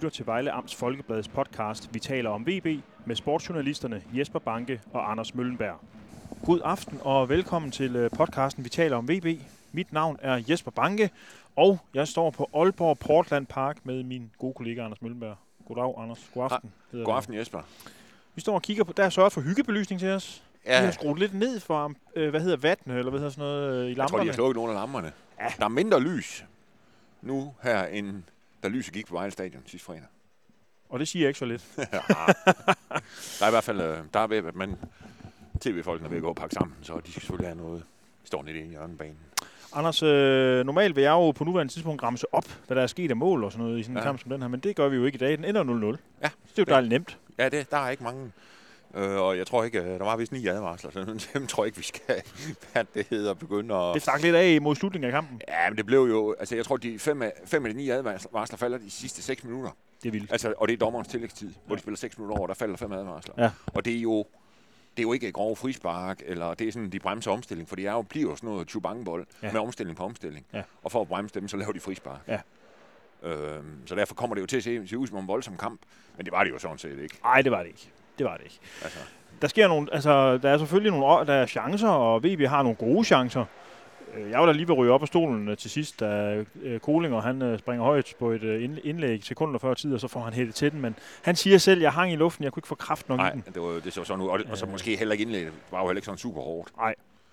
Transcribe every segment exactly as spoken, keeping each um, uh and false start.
lytter til Vejle Amts Folkebladets podcast Vi taler om V B med sportsjournalisterne Jesper Banke og Anders Møllenberg. God aften og velkommen til podcasten Vi taler om V B. Mit navn er Jesper Banke, og jeg står på Aalborg Portland Park med min gode kollega Anders Møllenberg. Goddag, Anders. God aften. Ha, god aften, Jesper. Vi står og kigger på, der er sørget for hyggebelysning til os. Ja. Vi har skruet lidt ned for, øh, hvad hedder vattene, eller hvad hedder sådan noget, øh, i lamperne. Jeg tror, de har slukket nogle af lamperne. Ja. Der er mindre lys nu her, end da lyset gik på Vejle Stadion sidste fredag. Og det siger jeg ikke så lidt. Ja. Der er i hvert fald, der er ved, at man tv-folkene er ved at gå og pakke sammen, så de skal selvfølgelig have noget stående i hjørnebanen. Anders, øh, normalt vil jeg jo på nuværende tidspunkt ramse op, hvad der er sket af mål og sådan noget i sådan en ja. kamp som den her, men det gør vi jo ikke i dag. Den ender nul nul. Ja. Det er jo dejligt nemt. Ja, det, der er ikke mange. Øh, og jeg tror ikke, der var vist ni advarsler, så dem tror jeg ikke, vi skal, hvad det hedder, begynde at... Det stak lidt af mod slutningen af kampen. Ja, men det blev jo, altså jeg tror, de fem af, fem af de ni advarsler falder de sidste seks minutter. Det er vildt. Altså, og det er dommerens tillægstid, hvor ja. de spiller seks minutter over, der falder fem advarsler. Ja. Og det er jo, det er jo ikke grove frispark, eller det er sådan, de bremser omstilling, for det er jo, bliver jo sådan noget chubangbol ja. med omstilling på omstilling. Ja. Og for at bremse dem, så laver de frispark. Ja. Øhm, så derfor kommer det jo til at se, se ud som en voldsom kamp, men det var det jo sådan set ikke. Nej, det var det ikke. Det var det ikke. Altså. Der sker nogle, altså der er selvfølgelig nogle der er chancer, og V B har nogle gode chancer. Jeg var da lige ved at ryge op af stolen til sidst, da Kolinger han springer højt på et indlæg sekunder før tid, og så får han hættet til den, men han siger selv, jeg hang i luften, jeg kunne ikke få kraft nok Nej, i den. Nej, det var det så sådan ud, og, det, og så måske heller ikke indlægget, det var jo heller ikke sådan super hårdt. Nej.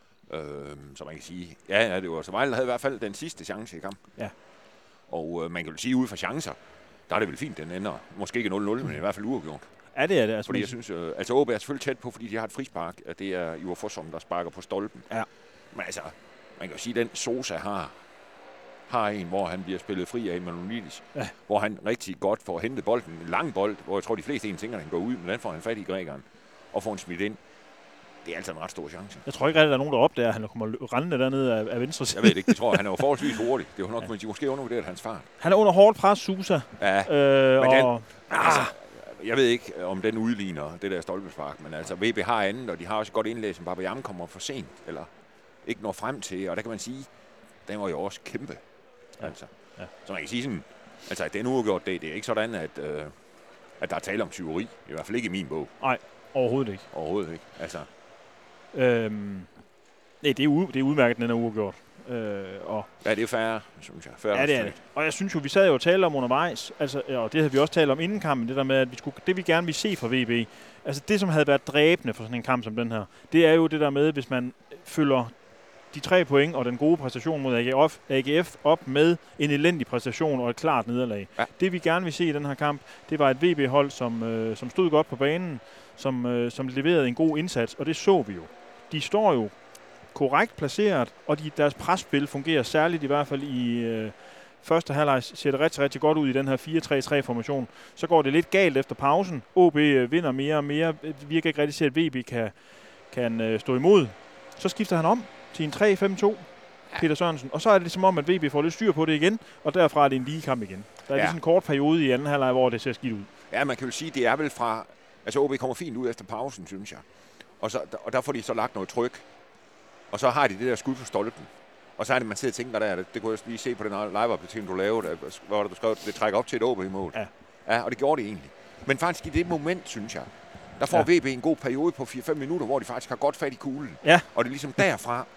Øhm, så man kan sige, ja, ja det var så Vejle havde i hvert fald den sidste chance i kampen. Ja. Og øh, man kan jo sige, ude for chancer, der er det vel fint, den ender. Måske ikke nul nul, men i hvert fald uafgjort. Ja, det er det. Altså, fordi jeg synes, øh, altså O B er selvfølgelig tæt på, fordi de har et frispark, at det er Ivar Fossum, der sparker på stolpen. Ja. Men altså, man kan jo sige, at den Sosa har, har en, hvor han bliver spillet fri af Manolidis, ja. hvor han rigtig godt får hentet bolden, en lang bold, hvor jeg tror, de fleste en tænker, at han går ud, men den får han fat i grækeren og får han smidt ind. Det er altså en ret stor chance. Jeg tror ikke rigtig, der er nogen, der opdager, at han kommer rendende dernede af, af venstre side. Jeg ved det ikke. Jeg tror, han er jo forholdsvis hurtig. Det er jo nok, ja. men de måske undervurderet hans fart. Han er under hårdt pres, Sosa. Ja, øh, men den, og, altså, jeg ved ikke, om den udligner det der stolpespark, men altså V B har andet, og de har også godt indlæg, som Babayam kommer for sent, eller ikke når frem til, og der kan man sige, den var jo også kæmpe. Ja. Altså. Ja. Så man kan sige sådan, altså at den uafgjort det, det er ikke sådan, at, øh, at der er tale om tyveri. I hvert fald ikke i min bog. Nej, overhovedet ikke. Overhovedet ikke, altså. Øhm, nej, det er, u- det er udmærket, den er uafgjort. Øh, og ja, det er færre, synes jeg. Færre ja, det er det. Og jeg synes jo, vi sad jo og talte om undervejs, altså, og det havde vi også talt om inden kampen, det der med, at vi skulle, det vi gerne ville se fra V B, altså det, som havde været dræbende for sådan en kamp som den her, det er jo det der med, hvis man følger de tre point og den gode præstation mod A G F op med en elendig præstation og et klart nederlag. Ja. Det vi gerne vil se i den her kamp, det var et V B-hold, som, øh, som stod godt på banen, som, øh, som leverede en god indsats, og det så vi jo. De står jo korrekt placeret, og de, deres presspil fungerer særligt i hvert fald i øh, første halvleg, ser det rigtig, rigtig godt ud i den her fire tre tre formation. Så går det lidt galt efter pausen. O B øh, vinder mere og mere, virker ikke rigtig til, at V B kan, kan øh, stå imod. Så skifter han om til en tre fem to, Peter Sørensen, og så er det som om, at V B får lidt styr på det igen, og derfra er det en lige kamp igen. Der er ja. lige sådan en kort periode i anden halvleg, hvor det ser skidt ud. Ja, man kan jo sige, det er vel fra, altså O B kommer fint ud efter pausen, synes jeg. Og, så, og der får de så lagt noget tryk. Og så har de det der skud på stolpen. Og så er det, man sidder og tænker, der det, det kunne jeg lige se på den live-opdatering, du lavede, hvor du skrev, det trækker op til et O B-mål. Ja. Ja, og det gjorde det egentlig. Men faktisk i det moment, synes jeg, der får ja. V B en god periode på fire fem minutter, hvor de faktisk har godt fat i kuglen. Ja. Og det er ligesom derfra,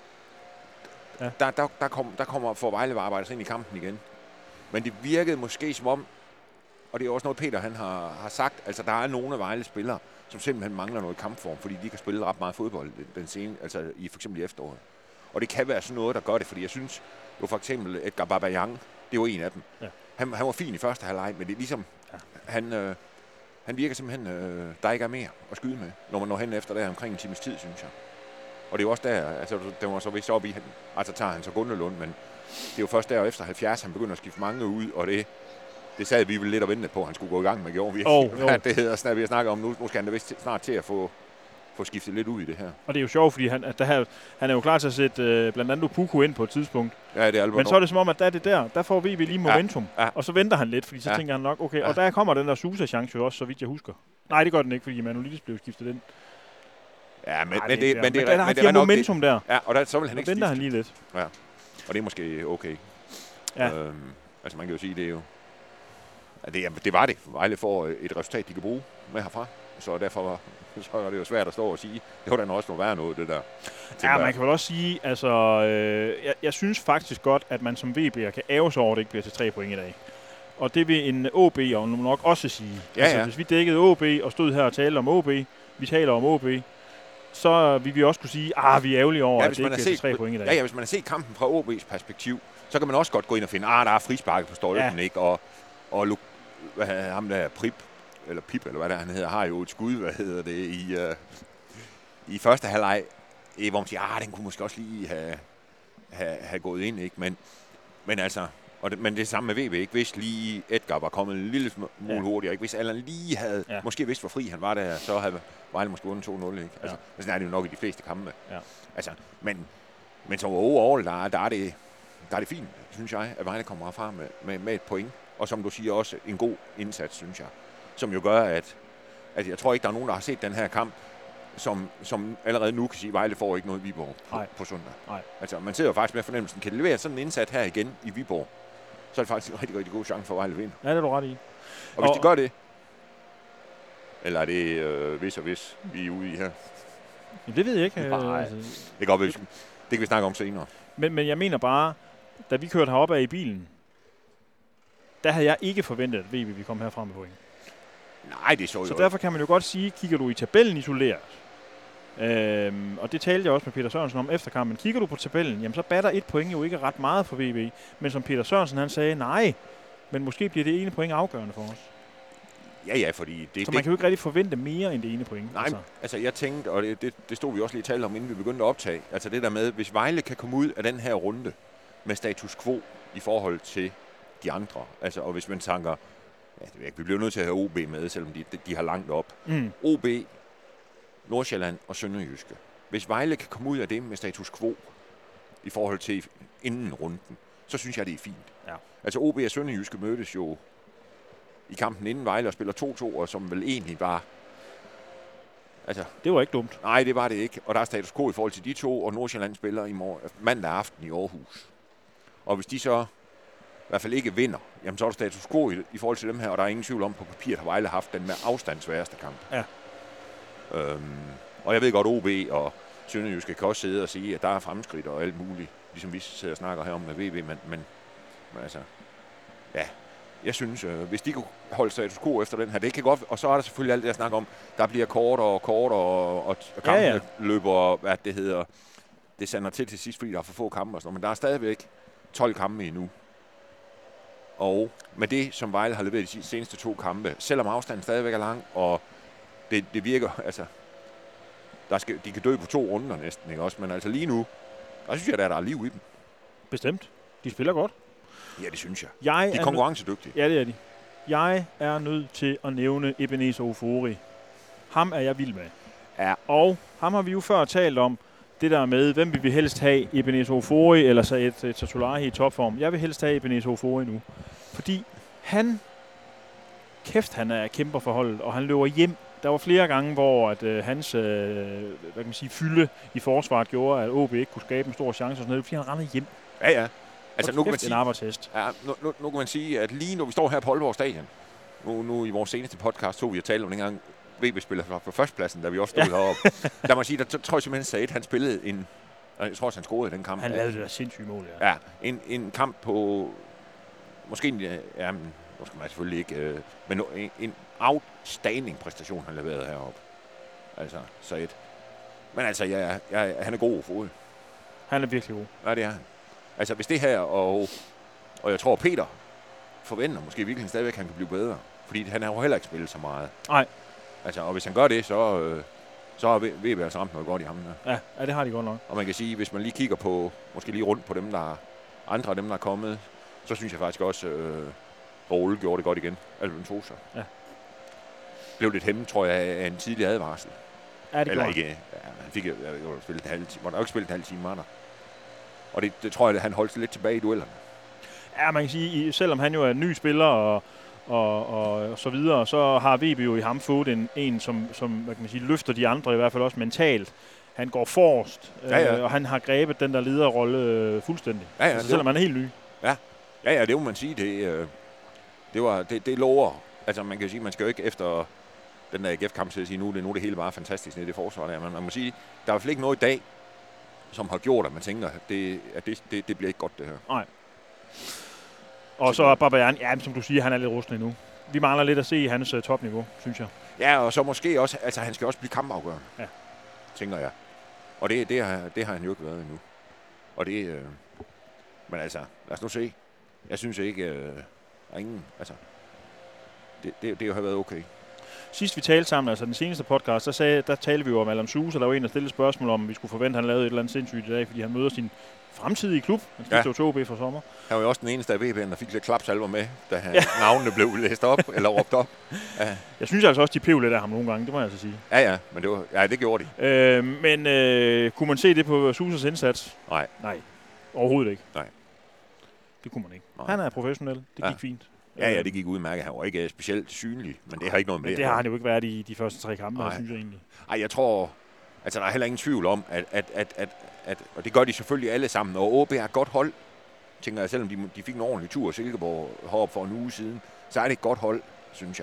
ja. der, der, der, kom, der kommer for Vejle arbejder ind i kampen igen. Men det virkede måske som om, og det er også noget, Peter han har, har sagt, altså der er nogle af Vejles spillere, som simpelthen mangler noget kampform, fordi de kan spille ret meget fodbold den scene, altså i for eksempel i efteråret. Og det kan være sådan noget, der gør det, fordi jeg synes jo for eksempel Edgar Babayang, det var en af dem. Ja. Han, han var fin i første halvleg, men det er ligesom, ja. han, øh, han virker simpelthen, øh, der ikke er mere at skyde med, når man når hen efter der omkring en times tid, synes jeg. Og det er jo også der, altså det var så vist op i, altså tager han så Gundelund, men det er jo først der efter halvfjerds, han begynder at skifte mange ud, og det Det sad vi vel lidt og ventede på, at han skulle gå i gang med, gjorde vi. Oh, hvad det hedder, snart vi har snakket om nu. Nu skal han da vist snart til at få, få skiftet lidt ud i det her. Og det er jo sjovt, fordi han, at der her, han er jo klar til at sætte øh, blandt andet Puku ind på et tidspunkt. Ja, det er Men så er det som om, at der er det der, der får vi lige momentum. Ja, ja. Og så venter han lidt, fordi så ja. tænker han nok, okay, ja. og der kommer den der Sousa-chance jo også, så vidt jeg husker. Nej, det gør den ikke, fordi Manolidis blev skiftet ind. Ja, men, Nej, men, det, men, men det, men, men men det er momentum der. Ja, og der, så vil han ikke venter han lige lidt. Ja, og det er måske okay. Ja. Øhm, altså man kan jo sige, det er jo Ja, det, det var det. Vejle får et resultat, de kan bruge med herfra. Så derfor var, så er det jo svært at stå og sige, det var da også noget værre noget, det der. Ja, man kan vel også sige, altså, øh, jeg, jeg synes faktisk godt, at man som V B'er kan ære sig over, at det ikke bliver til tre point i dag. Og det vil en O B'er og nok også sige. Ja, altså, ja. Hvis vi dækkede O B og stod her og talte om O B, vi taler om O B, så vil vi også kunne sige, ah, vi er ærgerlige over, ja, at det ikke bliver til tre point i dag. Ja, ja, hvis man har set kampen fra O B's perspektiv, så kan man også godt gå ind og finde, ah, der er frisparket på stolpen, ja. Ikke? Og, og hvad, ham der Prip, eller Pip, eller hvad der han hedder, har jo et skud, hvad hedder det, i, uh, i første halvleg, hvor man siger, ah, den kunne måske også lige have, have, have gået ind, ikke? Men, men altså, og det, men det er samme med V B, ikke? Hvis lige Edgar var kommet en lille smule ja. hurtigere, ikke? Hvis Allan lige havde, ja. måske vidst, hvor fri han var der, så havde Vejle måske vundet to nul, ikke? Altså, ja. Sådan er det jo nok i de fleste kampe. Ja. Altså, men, men som overall, der, der, er det, der er det fint, synes jeg, at Vejle kommer herfra med, med, med et point. Og som du siger, også en god indsats, synes jeg. Som jo gør, at, at jeg tror ikke, der er nogen, der har set den her kamp, som, som allerede nu kan sige, at Vejle får ikke noget i Viborg på, på søndag. Nej. Altså, man sidder jo faktisk med fornemmelsen, kan det levere sådan en indsats her igen i Viborg, så er det faktisk en rigtig, rigtig god chance for Vejle at vinde. Ja, det er du ret i. Og hvis og de gør det, eller er det øh, hvis og hvis, vi er ude i her? Jamen, det ved jeg ikke. Nej, altså, det, kan godt, det kan vi snakke om senere. Men, men jeg mener bare, da vi kørte heroppe af i bilen, der havde jeg ikke forventet, at V B vi kom herfra med point. Nej, det så jo. Så derfor kan man jo godt sige, kigger du i tabellen isoleret, øhm, og det talte jeg også med Peter Sørensen om efter kampen, kigger du på tabellen, jamen så batter et point jo ikke ret meget for V B. Men som Peter Sørensen han sagde, nej, men måske bliver det ene point afgørende for os. Ja, ja, fordi det... Så man det, kan jo ikke rigtig forvente mere end det ene point. Nej, altså, altså jeg tænkte, og det, det, det stod vi også lige talt om, inden vi begyndte at optage, altså det der med, hvis Vejle kan komme ud af den her runde med status quo i forhold til de andre, altså, og hvis man tænker, ja, det ikke, vi bliver nødt til at have O B med, selvom de, de, de har langt op. Mm. O B, Nordsjælland og Sønderjyske. Hvis Vejle kan komme ud af det med status quo i forhold til inden runden, så synes jeg, det er fint. Ja. Altså O B og Sønderjyske mødtes jo i kampen inden Vejle og spiller to to, og som vel egentlig var... Altså, det var ikke dumt. Nej, det var det ikke. Og der er status quo i forhold til de to, og Nordsjælland spiller i morgen, mandag aften i Aarhus. Og hvis de så i hvert fald ikke vinder, jamen så er der status quo i, i forhold til dem her, og der er ingen tvivl om, på papiret har Vejle haft den med afstand sværeste kamp. Ja. Øhm, og jeg ved godt, O B og Sønderjyske kan også sidde og sige, at der er fremskridt og alt muligt, ligesom vi sidder og snakker her om med V B, men, men, men altså, ja, jeg synes, øh, hvis de kunne holde status quo efter den her, det kan godt, og så er der selvfølgelig alt det, jeg snakker om, der bliver kort og kort og, og kampene ja, ja. løber, hvad det hedder, det sander til til sidst, fordi der er for få kampe og sådan noget, men der er stadigvæk tolv kampe endnu. Og med det, som Vejle har leveret de seneste to kampe, selvom afstanden stadigvæk er lang, og det, det virker, altså, der skal, de kan dø på to runder næsten, ikke også? Men altså lige nu, der synes jeg, der er liv i dem. Bestemt. De spiller godt. Ja, det synes jeg. jeg de er konkurrencedygtige. Ja, det er de. Jeg er nødt til at nævne Ebenezer Ofori. Ham er jeg vild med. Ja. Og ham har vi jo før talt om, det der med, hvem vil vi helst have, Ebenezer Ofori eller så et, et Tatulahi i topform. Jeg vil helst have Ebenezer Ofori nu. Fordi han, kæft han er kæmper for holdet, og han løber hjem. Der var flere gange, hvor at, øh, hans øh, hvad kan man sige, fylde i forsvaret gjorde, at O B ikke kunne skabe en stor chance og sådan noget, fordi han rendte hjem. Ja, ja. Altså, nu kan, man sige, en arbejdshest. Ja, nu, nu, nu kan man sige, at lige når vi står her på Aalborg Stadion, nu, nu i vores seneste podcast, tog vi at tale om dengang V B-spiller var på førstepladsen, da vi også stod ja. heroppe. Der må sige, der tror jeg simpelthen, Said, han spillede en, jeg tror også, han scorede i den kamp. Han lavede det der sindssyge mål, ja. Ja, en, en kamp på, måske en, ja, nu skal man selvfølgelig ikke, øh, men en, en outstanding præstation, han leverede heroppe. Altså, Said. Men altså, ja, ja, han er god fod. Han er virkelig god. Ja, det er han. Altså, hvis det her, og, og jeg tror, Peter forventer måske virkelig stadigvæk, han kan blive bedre. Fordi han har jo heller ikke spillet så meget. Nej. Altså, og hvis han gør det, så, øh, så har V B altså ramt noget godt i ham. Der. Ja, ja, det har de godt nok. Og man kan sige, hvis man lige kigger på, måske lige rundt på dem, der andre af dem, der er kommet, så synes jeg faktisk også, øh, Ole gjorde det godt igen. Alvin Tosa. Ja. Blev lidt hæmmet, tror jeg, af en tidlig advarsel. Ja, det Eller gjorde ikke. Ja, han fik jo spillet en halv time. Var der ikke spillet en halv time, var der? Og det, det tror jeg, at han holdt sig lidt tilbage i duellerne. Ja, man kan sige, selvom han jo er en ny spiller og, og, og så videre, så har V B jo i ham fået en, en som, som hvad kan man sige, løfter de andre, i hvert fald også mentalt. Han går forrest, ja, ja. Øh, og han har grebet den der lederrolle øh, fuldstændig. Ja, ja, altså, selvom han er helt ny. Ja. ja, ja, det må man sige. Det, øh, det, var, det, det lover. Altså, man kan jo sige, man skal jo ikke efter den der A G F-kamp til at sige, nu er det, nu er det hele bare fantastisk nede i det forsvar der. Men man må sige, der er i hvert fald ikke noget i dag, som har gjort, at man tænker, det, at det, det, det bliver ikke godt, det her. Nej. Og så Barbarian, ja, som du siger, han er lidt rusten endnu. Vi mangler lidt at se i hans uh, topniveau, synes jeg. Ja, og så måske også, altså han skal også blive kampafgørende, ja. tænker jeg. Og det, det, har, det har han jo ikke været endnu. Og det, øh, men altså, lad os nu se. Jeg synes ikke, øh, der ingen, altså, det, det, det har været okay. Sidst vi talte sammen, altså den seneste podcast, der, sagde, der talte vi jo om Alan Sousa, og der var en, der stillede spørgsmål om, vi skulle forvente, at han lavede et eller andet sindssygt i dag, fordi han møder sin fremtidige klub. Han skifter jo til O B for sommer. Han var jo også den eneste af V B'en, der fik lidt klapsalver med, da ja. navnene blev læst op, eller råbt op. Ja. Jeg synes altså også, de pev lidt af ham nogle gange, det må jeg altså sige. Ja, ja, men det, var, ja, det gjorde de. Øh, men øh, kunne man se det på Sousas indsats? Nej. Nej, overhovedet ikke. Nej. Det kunne man ikke. Nej. Han er professionel, det ja. gik fint. Ja, ja, det gik udmærket. Han var ikke specielt synlig, men det har ikke noget med men det. Det har han jo ikke været i de første tre kampe, jeg synes jeg egentlig. Ej, jeg tror, altså der er heller ingen tvivl om, at, at, at, at, at og det gør de selvfølgelig alle sammen, og O B er et godt hold, tænker jeg, selvom de, de fik en ordentlig tur, Silkeborg heroppe for en uge siden, så er det et godt hold, synes jeg.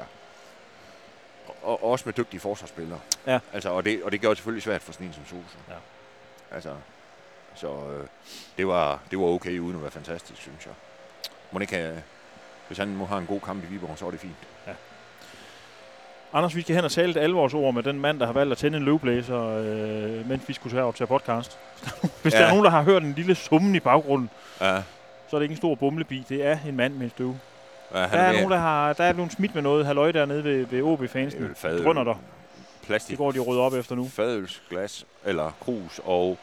Og, og også med dygtige forsvarsspillere. Ja. Altså, og, det, og det gør det selvfølgelig svært for sådan en som Sousa. Ja. Altså, så øh, det, var, det var okay, uden at være fantastisk, synes jeg. Må ikke have, hvis han nu har en god kamp i Viborg, så er det fint. Ja. Anders, vi skal hen og tale et alvorsord med den mand, der har valgt at tænde en løvblæser, øh, mens vi skulle tage op til podcast. Hvis ja. der er nogen, der har hørt en lille summen i baggrunden, ja. så er det ikke en stor bumlebi. Det er en mand med en støv. Ja, der er nogen, der har der er blevet smidt med noget halløj dernede ved, ved O B-fansen. Drønner der. Plastik. Det går de rydder op efter nu. Fadølsglas eller krus og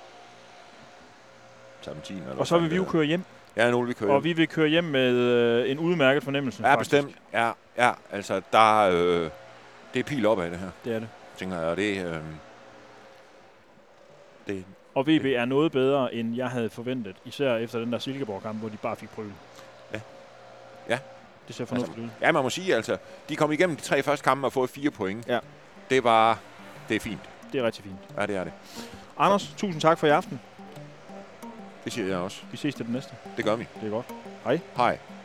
terpentin. Eller og så vil vi jo køre hjem. Ja, nu vil vi køre hjem. Og vi vil køre hjem med øh, en udmærket fornemmelse. Ja, faktisk. Bestemt. Ja, ja, altså der øh, det er pil op af det her. Det er det. Tænker jeg, det, øh, det og V B det. er noget bedre, end jeg havde forventet. Især efter den der Silkeborg-kamp, hvor de bare fik prøve. Ja. Ja. Det ser fornuftigt altså, ud. Ja, man må sige, altså, de kom igennem de tre første kampe og fået fire point. Ja. Det var, det er fint. Det er rigtig fint. Ja, det er det. Anders, tusind tak for i aften. Det siger jeg også. Vi ses til den næste. Det gør vi. Det er godt. Hej. Hej.